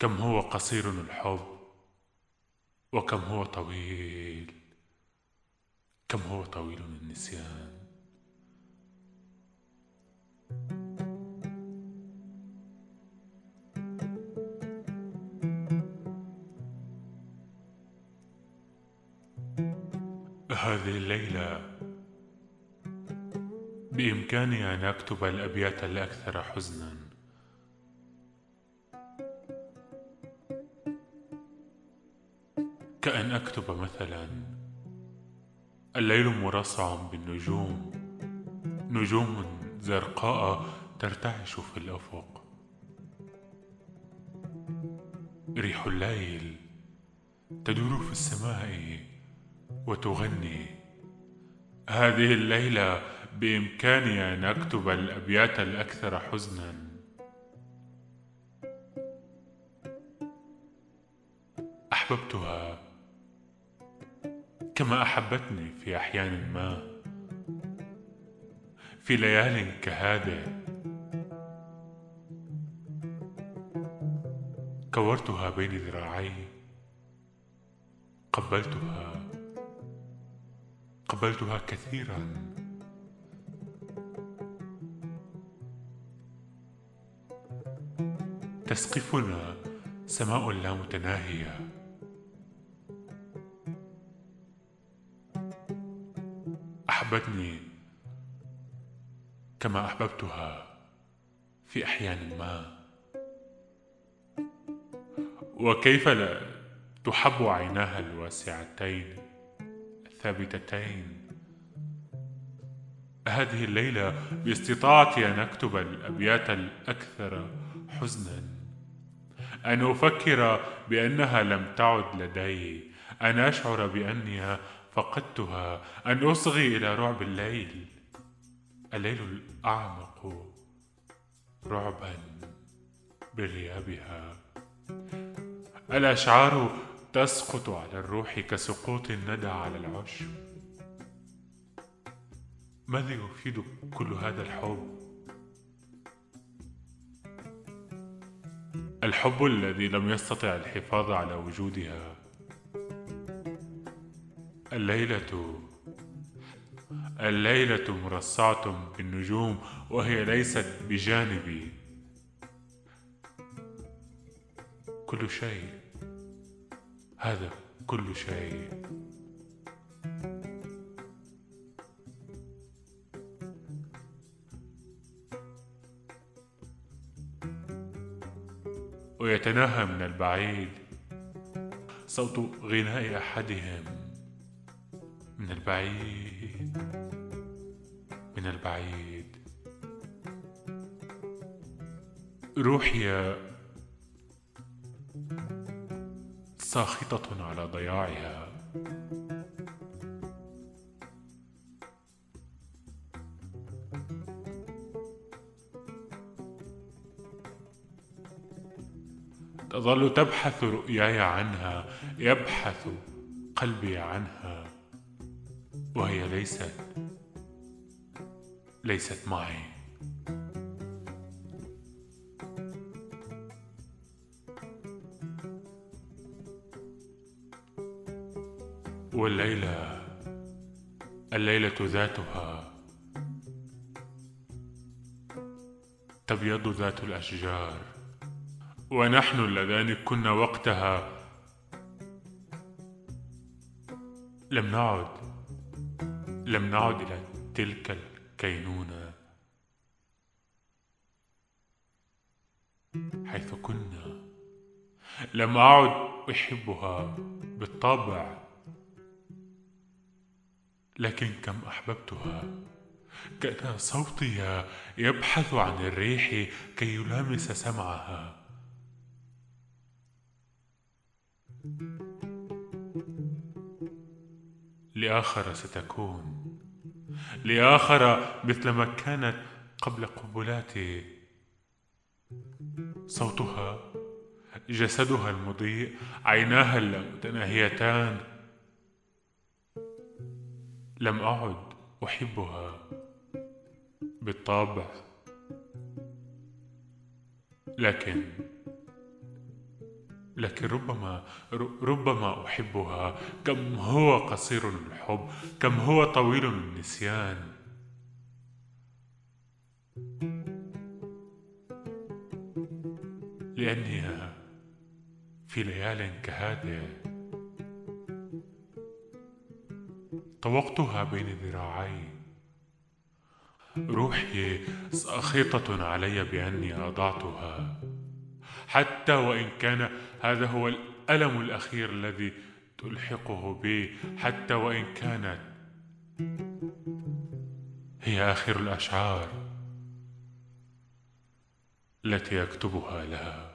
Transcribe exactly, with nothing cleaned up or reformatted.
كم هو قصير الحب، وكم هو طويل، كم هو طويل النسيان. هذه الليلة بإمكاني أن أكتب الأبيات الأكثر حزنا. كأن أكتب مثلا: الليل مرصع بالنجوم، نجوم زرقاء ترتعش في الأفق. ريح الليل تدور في السماء وتغني. هذه الليلة بإمكاني أن أكتب الأبيات الأكثر حزنا. أحببتها كما أحبتني في أحيان ما، في ليال كهذه. كورتها بين ذراعي، قبلتها قبلتها كثيرا. تسقفنا سماء لا متناهية. أحبتني كما أحببتها في أحيان ما، وكيف لا تحب عيناها الواسعتين الثابتتين. هذه الليلة باستطاعتي أن أكتب الأبيات الأكثر حزنا، أن أفكر بأنها لم تعد لدي، أن أشعر بأني فقدتها، أن أصغي إلى رعب الليل، الليل الأعمق رعبا بغيابها. الأشعار تسقط على الروح كسقوط الندى على العشب. ماذا يفيد كل هذا الحب؟ الحب الذي لم يستطع الحفاظ على وجودها. الليلة الليلة مرصعة بالنجوم وهي ليست بجانبي. كل شيء، هذا كل شيء. ويتناهى من البعيد صوت غناء أحدهم. من البعيد، من البعيد. روحي ساخطة على ضياعها. تظل تبحث رؤياي عنها، يبحث قلبي عنها، وهي ليست ليست معي. والليلة الليلة ذاتها تبيض ذات الأشجار، ونحن اللذان كنا وقتها لم نعد لم نعد إلى تلك الكينونة حيث كنا. لم أعد أحبها بالطبع، لكن كم أحببتها. كان صوتي يبحث عن الريح كي يلامس سمعها. لآخر ستكون، لآخر مثلما كانت قبل قبلاتي. صوتها، جسدها المضيء، عيناها اللامتناهيتان. لم أعد أحبها بالطبع، لكن لكن ربما ربما أحبها. كم هو قصير الحب، كم هو طويل النسيان. لأني في ليال كهذه طوقتها بين ذراعي. روحي ساخطة علي بأني أضعتها، حتى وإن كان هذا هو الألم الأخير الذي تلحقه بي، حتى وإن كانت هي آخر الأشعار التي أكتبها لها.